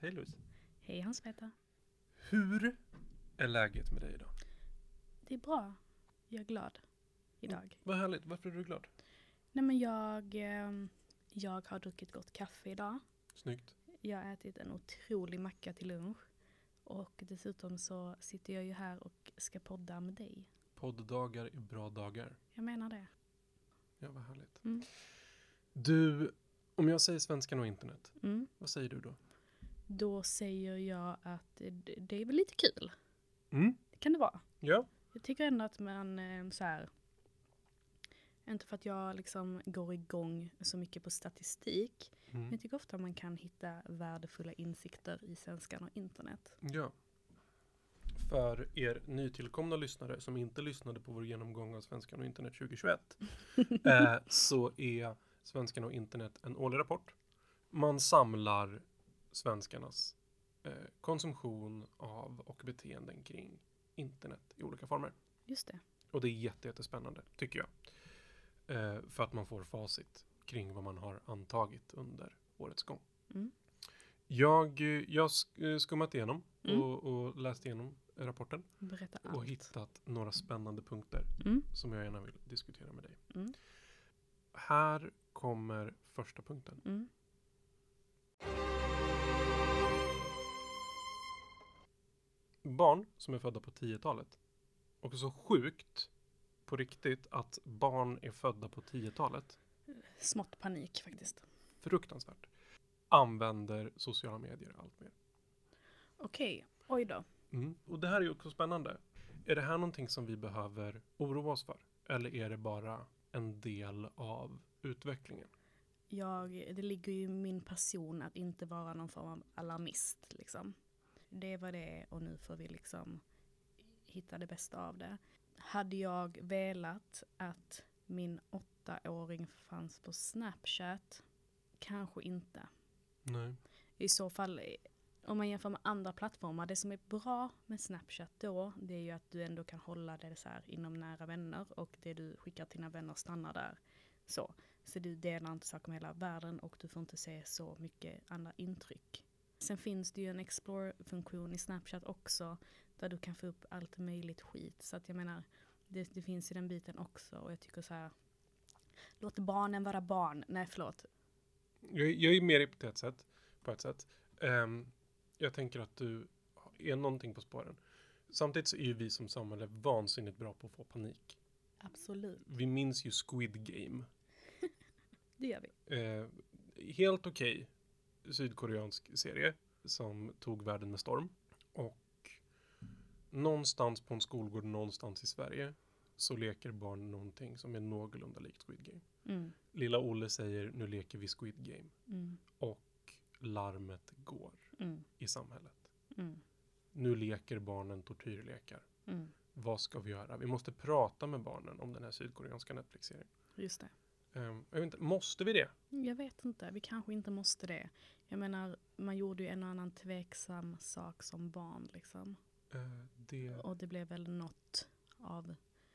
Hej Louise. Hej Hans-Peter. Hur är läget med dig idag? Det är bra. Jag är glad idag. Vad härligt. Varför är du glad? Nej men jag har druckit gott kaffe idag. Snyggt. Jag har ätit en otrolig macka till lunch. Och dessutom så sitter jag ju här och ska podda med dig. Podddagar är bra dagar. Jag menar det. Ja, vad härligt. Mm. Du, om jag säger svenskan och internet, Mm. vad säger du då? Då säger jag att det är väl lite kul. Mm. Det kan det vara. Ja. Jag tycker ändå att man så här, inte för att jag liksom går igång så mycket på statistik. Men jag tycker ofta man kan hitta värdefulla insikter i svenskan och internet. Ja. För er nytillkomna lyssnare som inte lyssnade på vår genomgång av svenskan och internet 2021 så är svenskan och internet en årlig rapport. Man samlar svenskarnas konsumtion av och beteenden kring internet i olika former. Just det. Och det är jättespännande, tycker jag. För att man får facit kring vad man har antagit under årets gång. Mm. Jag skummat igenom och läst igenom rapporten. Berätta Och allt. hittat några spännande punkter som jag gärna vill diskutera med dig. Mm. Här kommer första punkten. Mm. Barn som är födda på 10-talet. Och så sjukt på riktigt att barn är födda på 10-talet. Smått panik faktiskt. Fruktansvärt. Använder sociala medier allt mer. Okej, oj då. Och det här är ju också spännande. Är det här någonting som vi behöver oroa oss för? Eller är det bara en del av utvecklingen? Det ligger ju i min passion att inte vara någon form av alarmist. Liksom. Det var det och nu får vi liksom hitta det bästa av det. Hade jag velat att min 8-åring fanns på Snapchat? Kanske inte. Nej. I så fall, om man jämför med andra plattformar, det som är bra med Snapchat då, det är ju att du ändå kan hålla det så här inom nära vänner och det du skickar till dina vänner stannar där. Så du delar inte saker med hela världen och du får inte se så mycket andra intryck. Sen finns det ju en explore-funktion i Snapchat också där du kan få upp allt möjligt skit. Så att jag menar, det finns i den biten också och jag tycker så här, låt barnen vara barn. Nej, förlåt. Jag är mer på ett sätt. Jag tänker att du är någonting på spåren. Samtidigt så är ju vi som samhälle vansinnigt bra på att få panik. Absolut. Vi minns ju Squid Game. Det gör vi. Helt okej sydkoreansk serie som tog världen med storm. Och någonstans på en skolgård någonstans i Sverige så leker barn någonting som är någorlunda likt Squid Game. Mm. Lilla Olle säger, nu leker vi Squid Game. Mm. Och larmet går i samhället. Mm. Nu leker barnen tortyrlekar. Mm. Vad ska vi göra? Vi måste prata med barnen om den här sydkoreanska Netflix-serien. Just det. Jag vet inte, måste vi det? Jag vet inte. Vi kanske inte måste det. Jag menar, man gjorde ju en och annan tveksam sak som barn liksom. Och det blev väl något av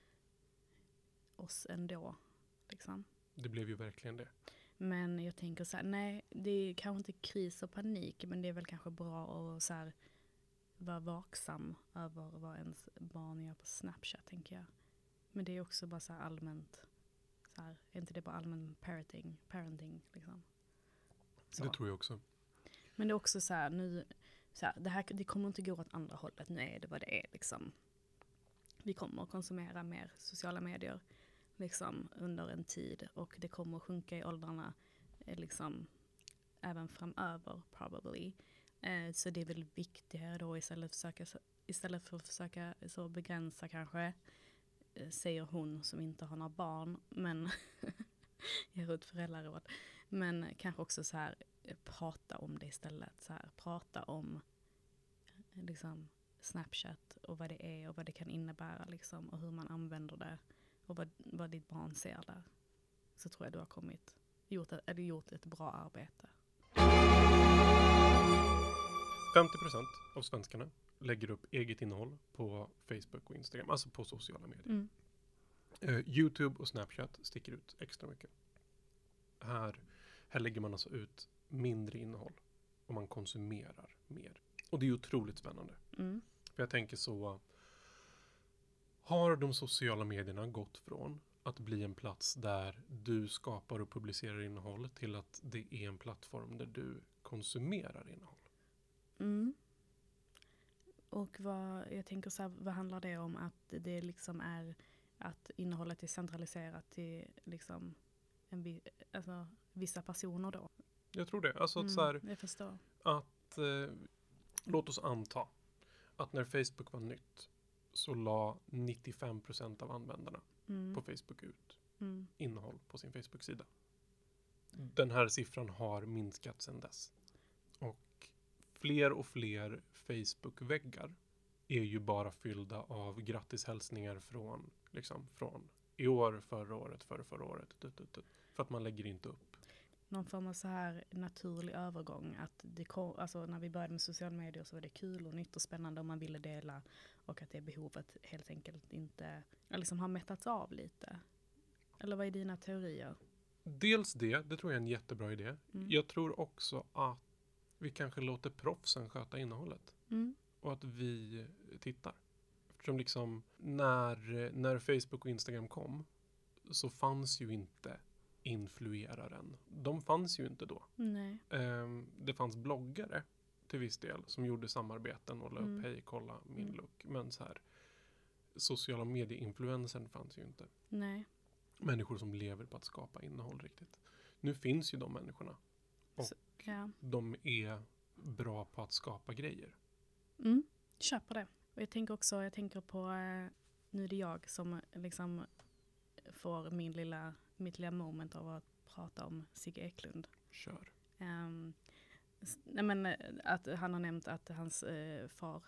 oss ändå. Liksom. Det blev ju verkligen det. Men jag tänker så här, nej, det är kanske inte kris och panik, men det är väl kanske bra att så här, vara vaksam över vad ens barn gör på Snapchat, tänker jag. Men det är också bara så här allmänt, så här, är inte det bara allmän parenting liksom? Så. Det tror jag också. Men det är också så här, nu, så här, det kommer inte gå åt andra hållet, nu är det vad det är liksom. Vi kommer att konsumera mer sociala medier liksom under en tid och det kommer att sjunka i åldrarna liksom även framöver probably. Så det är väl viktigare då istället för att försöka så begränsa kanske, säger hon som inte har några barn, men jag har ett föräldraråd, men kanske också så här prata om det istället, så här prata om liksom Snapchat och vad det är och vad det kan innebära liksom, och hur man använder det och vad ditt barn ser där. Så tror jag du har gjort ett bra arbete. 50% av svenskarna lägger upp eget innehåll på Facebook och Instagram, alltså på sociala medier. YouTube och Snapchat sticker ut extra mycket. Här lägger man alltså ut mindre innehåll. och man konsumerar mer. Och det är otroligt spännande. Mm. För jag tänker så, har de sociala medierna gått från att bli en plats där du skapar och publicerar innehåll till att det är en plattform där du konsumerar innehåll? Mm. Och jag tänker så här, vad handlar det om? Att det liksom är att innehållet är centraliserat till liksom vissa personer då? Jag tror det. Alltså att så här, jag förstår. att låt oss anta att när Facebook var nytt så la 95% av användarna på Facebook ut innehåll på sin Facebook-sida. Den här siffran har minskat sedan dess. Och fler och fler Facebook-väggar är ju bara fyllda av grattishälsningar från i år, förra året, förra året. För att man lägger inte upp. Någon form av så här naturlig övergång. Att alltså när vi började med sociala medier så var det kul och nytt och spännande om man ville dela. Och att det behovet helt enkelt inte liksom har mättats av lite. Eller vad är dina teorier? Dels det tror jag är en jättebra idé. Jag tror också att vi kanske låter proffsen sköta innehållet. Och att vi tittar. Eftersom liksom när Facebook och Instagram kom så fanns ju inte influeraren. De fanns ju inte då. Nej. Det fanns bloggare till viss del som gjorde samarbeten och la upp hej, kolla min look. Men så här, sociala medieinfluencern fanns ju inte. Nej. Människor som lever på att skapa innehåll riktigt. Nu finns ju de människorna. Och de är bra på att skapa grejer. Köper det. Och jag tänker på nu är det jag som liksom får mitt lilla moment av att prata om Sigge Eklund. Kör. Att han har nämnt att hans far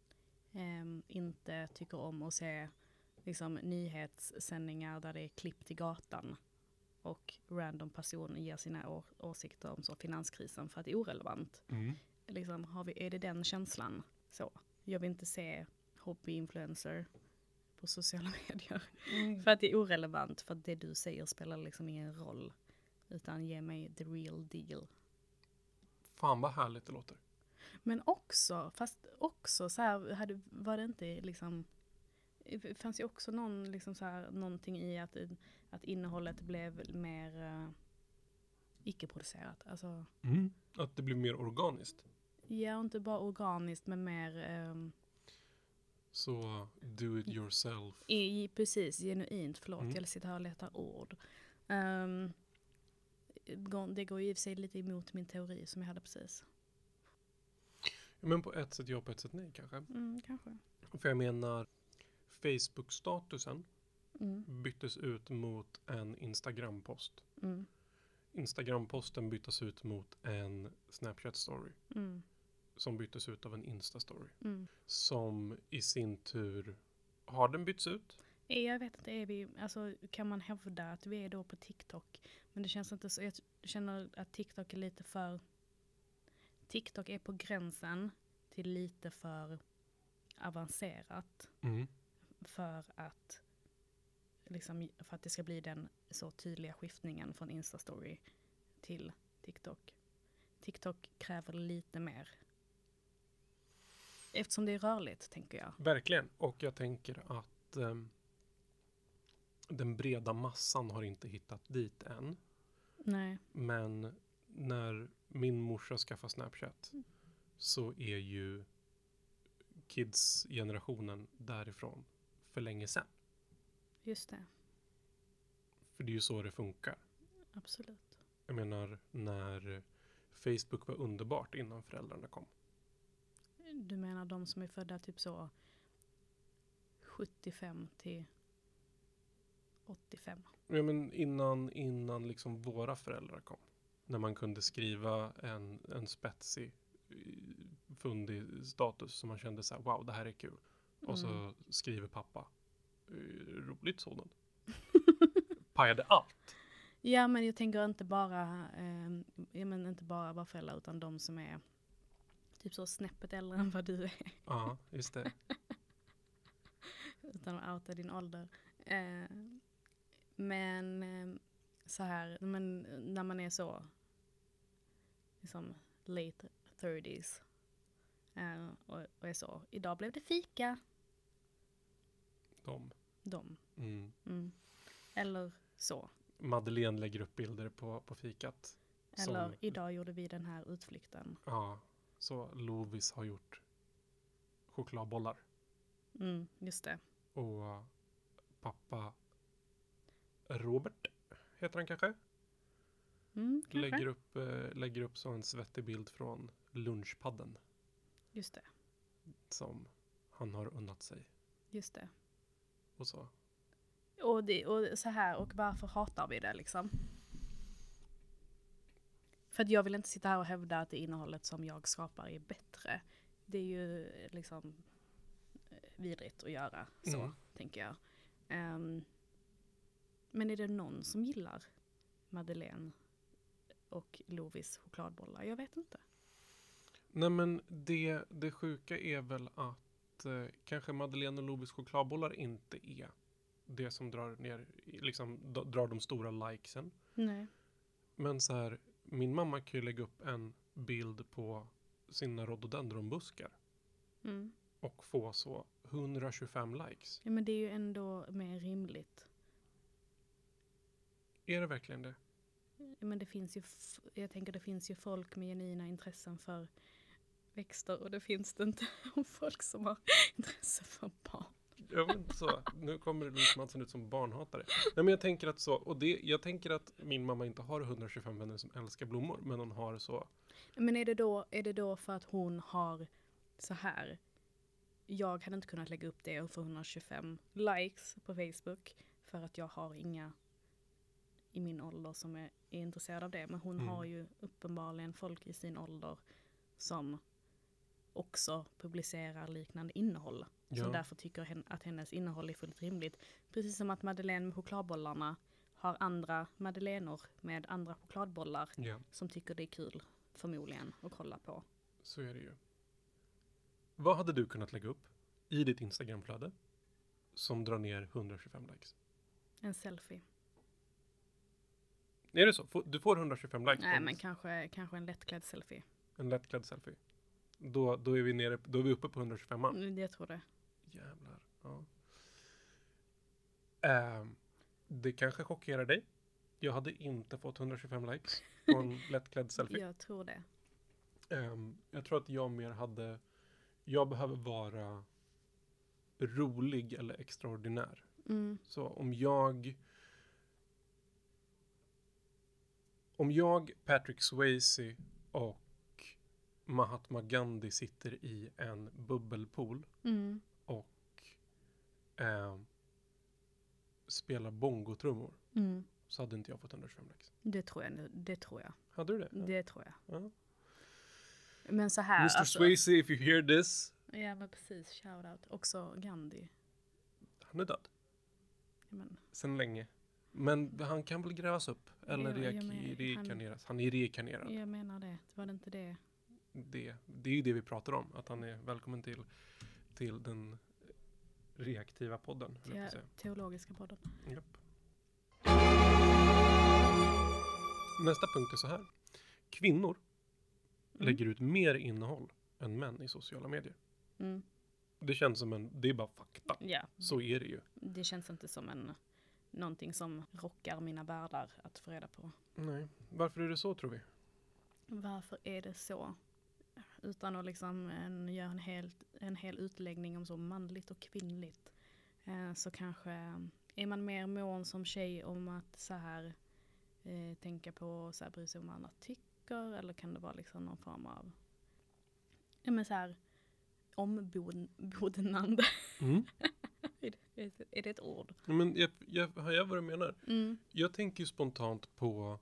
inte tycker om att se liksom nyhetssändningar där det är klipp till gatan och random person ger sina åsikter om så finanskrisen för att det är orelevant. Liksom, är det den känslan? Så. Jag vill inte se hobbyinfluencer på sociala medier. För att det är orelevant. För att det du säger spelar liksom ingen roll. Utan ge mig the real deal. Fan vad härligt det låter. Men också så här, var det inte liksom... Det fanns ju också någonting i att innehållet blev mer icke-producerat. Alltså, att det blev mer organiskt. Ja, inte bara organiskt men mer... Så do it yourself. Precis, genuint. Förlåt, jag sitter här och letar ord. Det går ju i sig lite emot min teori som jag hade precis. Men på ett sätt ja, på ett sätt nej kanske. Kanske. För jag menar, Facebook-statusen byttes ut mot en Instagram-post. Instagram-posten byttes ut mot en Snapchat-story. Som byttes ut av en Insta-story. Som i sin tur, har den bytts ut? Jag vet inte, kan man hävda att vi är då på TikTok? Men det känns inte så, jag känner att TikTok är lite för... TikTok är på gränsen till lite för avancerat. För att det ska bli den så tydliga skiftningen från Insta-story till TikTok. TikTok kräver lite mer. Eftersom det är rörligt, tänker jag. Verkligen. Och jag tänker att den breda massan har inte hittat dit än. Nej. Men när min morsa skaffar Snapchat så är ju kids-generationen därifrån för länge sedan. Just det. För det är ju så det funkar. Absolut. Jag menar, när Facebook var underbart innan föräldrarna kom. Du menar de som är födda typ så 75 till 85? Ja, men innan liksom våra föräldrar kom. När man kunde skriva en spetsig, fundig status som man kände så här, wow, det här är kul. Och så skriver pappa, roligt sådant. Pajade allt. Ja, men jag tänker inte bara våra föräldrar utan de som är typ så snäppet äldre än vad du är. Ja, just det. Utan att outa din ålder. Men så här, men när man är så liksom late 30s. Och är så, idag blev det fika. De. Eller så. Madeleine lägger upp bilder på fikat. Eller idag gjorde vi den här utflykten. Ja, så Lovis har gjort chokladbollar. Just det. Och pappa Robert heter han kanske? Kanske. Lägger upp så en svettig bild från lunchpadden. Just det. Som han har unnat sig. Just det. Och så. Och så här, och varför hatar vi det liksom? För att jag vill inte sitta här och hävda att det innehållet som jag skapar är bättre. Det är ju liksom vidrigt att göra så, tänker jag. Men är det någon som gillar Madeleine och Lovis chokladbollar? Jag vet inte. Nej, men det sjuka är väl att kanske Madeleine och Lovis chokladbollar inte är det som drar de stora likesen. Nej. Men så här, min mamma kan ju lägga upp en bild på sina rhododendronbuskar. Och få så 125 likes. Ja, men det är ju ändå mer rimligt. Är det verkligen det? Men det finns ju, jag tänker det finns ju folk med genuina intressen för växter, och det finns det inte om folk som har intresse för barn. Jag vet inte så. Nu kommer det Louise Madsen ut som barnhatare. Nej, men jag tänker att så, och jag tänker att min mamma inte har 125 vänner som älskar blommor, men hon har så. Men är det då för att hon har så här? Jag hade inte kunnat lägga upp det och få 125 likes på Facebook för att jag har inga i min ålder som är intresserade av det. Men hon har ju uppenbarligen folk i sin ålder som också publicerar liknande innehåll. Ja. Som därför tycker att hennes innehåll är fullt rimligt. Precis som att Madeleine med chokladbollarna har andra Madelenor med andra chokladbollar som tycker det är kul förmodligen att kolla på. Så är det ju. Vad hade du kunnat lägga upp i ditt Instagramflöde som drar ner 125 likes? En selfie. Är det så? Du får 125 likes? Nej, men kanske en lättklädd selfie. En lättklädd selfie. Då är vi uppe på 125 man. Jag tror det. Jävlar. Ja. Det kanske chockerar dig. Jag hade inte fått 125 likes på en lättklädd selfie. Jag tror det. Jag tror att jag behöver vara rolig eller extraordinär. Så om jag, Patrick Swayze och Mahatma Gandhi sitter i en bubbelpool och spelar bongotrummor, så hade inte jag fått 125 likes. Det tror jag. Hade du det? Ja. Det tror jag. Ja. Men så här, Mr. Swayze, if you hear this. Ja, men precis. Shout out. Också Gandhi. Han är död. Men. Sen länge. Men han kan väl grävas upp. Eller reinkarneras. Han är reinkarnerad. Jag menar det. Var det inte det? Det är ju det vi pratar om. Att han är välkommen till den reaktiva podden. Teologiska podden. Japp. Nästa punkt är så här. Kvinnor lägger ut mer innehåll än män i sociala medier. Det känns som det är bara fakta. Ja. Så är det ju. Det känns inte som någonting som rockar mina världar att få reda på. Nej. Varför är det så, tror vi? Varför är det så? Utan att liksom göra en hel utläggning om så manligt och kvinnligt. Så kanske är man mer mån som tjej om att så här tänka på så här, bry sig om vad andra tycker, eller kan det vara liksom någon form av så här ombodnande? Är det ett ord? Men har jag vad du menar? Jag tänker ju spontant på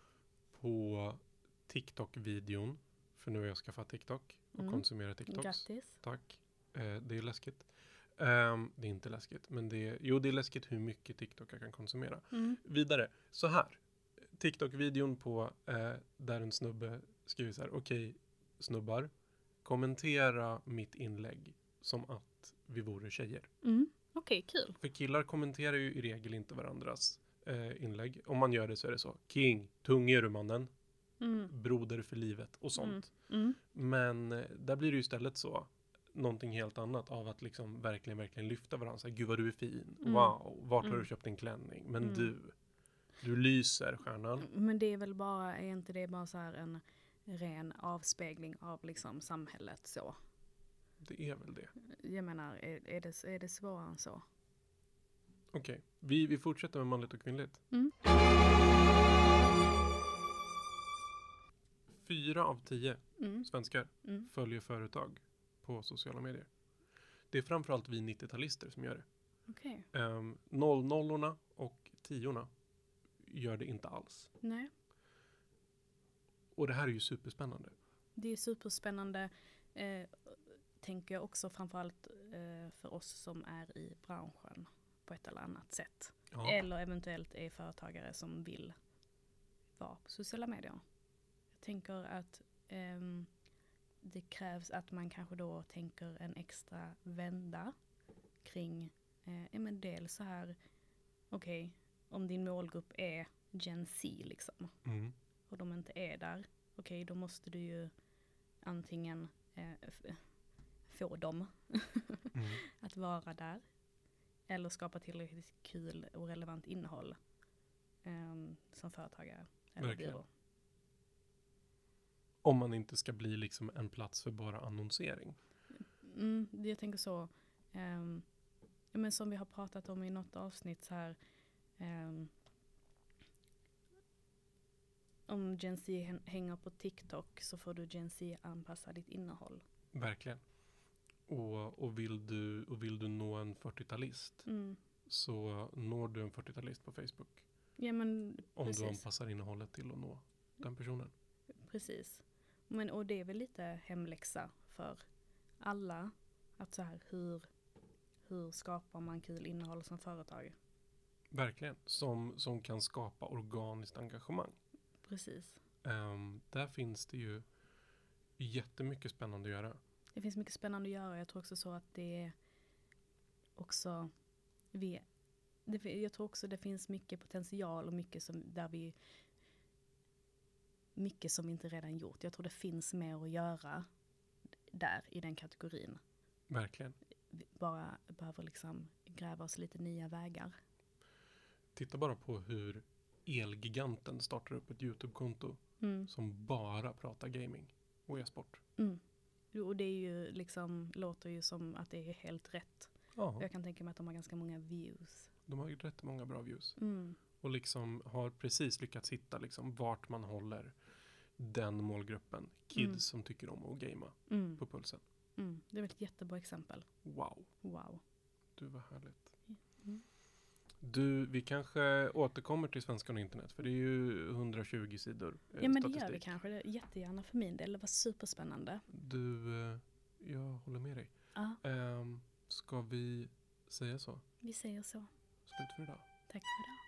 TikTok-videon. För nu har jag skaffat TikTok och konsumerat TikToks. Grattis. Tack. Det är läskigt. Det är inte läskigt. Men det är läskigt hur mycket TikTok jag kan konsumera. Vidare. Så här. TikTok-videon på där en snubbe skriver så här. Okej, snubbar. Kommentera mitt inlägg som att vi vore tjejer. Okej, kul. För killar kommenterar ju i regel inte varandras inlägg. Om man gör det så är det så. King, tung är du, mannen. broder för livet och sånt. Mm. Men där blir det ju istället så någonting helt annat av att liksom verkligen lyfta varandra. Så här, gud vad du är fin. Wow, vart har du köpt din klänning? Men du lyser, stjärnan. Men det är väl bara, är inte det bara så här en ren avspegling av liksom samhället så? Det är väl det. Jag menar, är det svårare än så? Okej, vi fortsätter med manligt och kvinnligt. 4 av 10 svenskar följer företag på sociala medier. Det är framförallt vi 90-talister som gör det. Okej. 00-orna och 10-orna gör det inte alls. Nej. Och det här är ju superspännande. Det är superspännande, tänker jag också framförallt för oss som är i branschen på ett eller annat sätt. Ja. Eller eventuellt är företagare som vill vara på sociala medier. Jag tänker att det krävs att man kanske då tänker en extra vända kring men dels så här, okej, om din målgrupp är Gen Z liksom och de inte är där, okej, då måste du ju antingen få dem att vara där eller skapa tillräckligt kul och relevant innehåll som företagare eller Verkligen. byrå. Om man inte ska bli liksom en plats för bara annonsering. Jag tänker så. Men som vi har pratat om i något avsnitt så här. Om Gen Z hänger på TikTok så får du Gen Z anpassa ditt innehåll. Verkligen. Och vill du nå en 40-talist så når du en 40-talist på Facebook. Ja, men om precis. du anpassar innehållet till att nå den personen. Precis. Och det är väl lite hemläxa för alla. Att så här, hur skapar man kul innehåll som företag? Verkligen. Som kan skapa organiskt engagemang. Precis. Där finns det ju jättemycket spännande att göra. Det finns mycket spännande att göra. Jag tror också så att det är också jag tror också det finns mycket potential och mycket som vi inte redan gjort. Jag tror det finns mer att göra där i den kategorin. Verkligen. Vi bara behöver liksom gräva oss lite nya vägar. Titta bara på hur Elgiganten startar upp ett YouTube-konto som bara pratar gaming och e-sport. Och det är ju liksom, låter ju som att det är helt rätt. Ja. Jag kan tänka mig att de har ganska många views. De har ju rätt många bra views. Och liksom har precis lyckats hitta liksom vart man håller den målgruppen. Kids som tycker om att gamea på pulsen. Det är väl ett jättebra exempel. Wow. Du, var härligt. Mm. Du, vi kanske återkommer till Svenskan och internet. För det är ju 120 sidor Ja, men statistik. det gör vi kanske. Det jättegärna för min del. Det var superspännande. Du, jag håller med dig. Ska vi säga så? Vi säger så. Slut för idag. Tack för idag.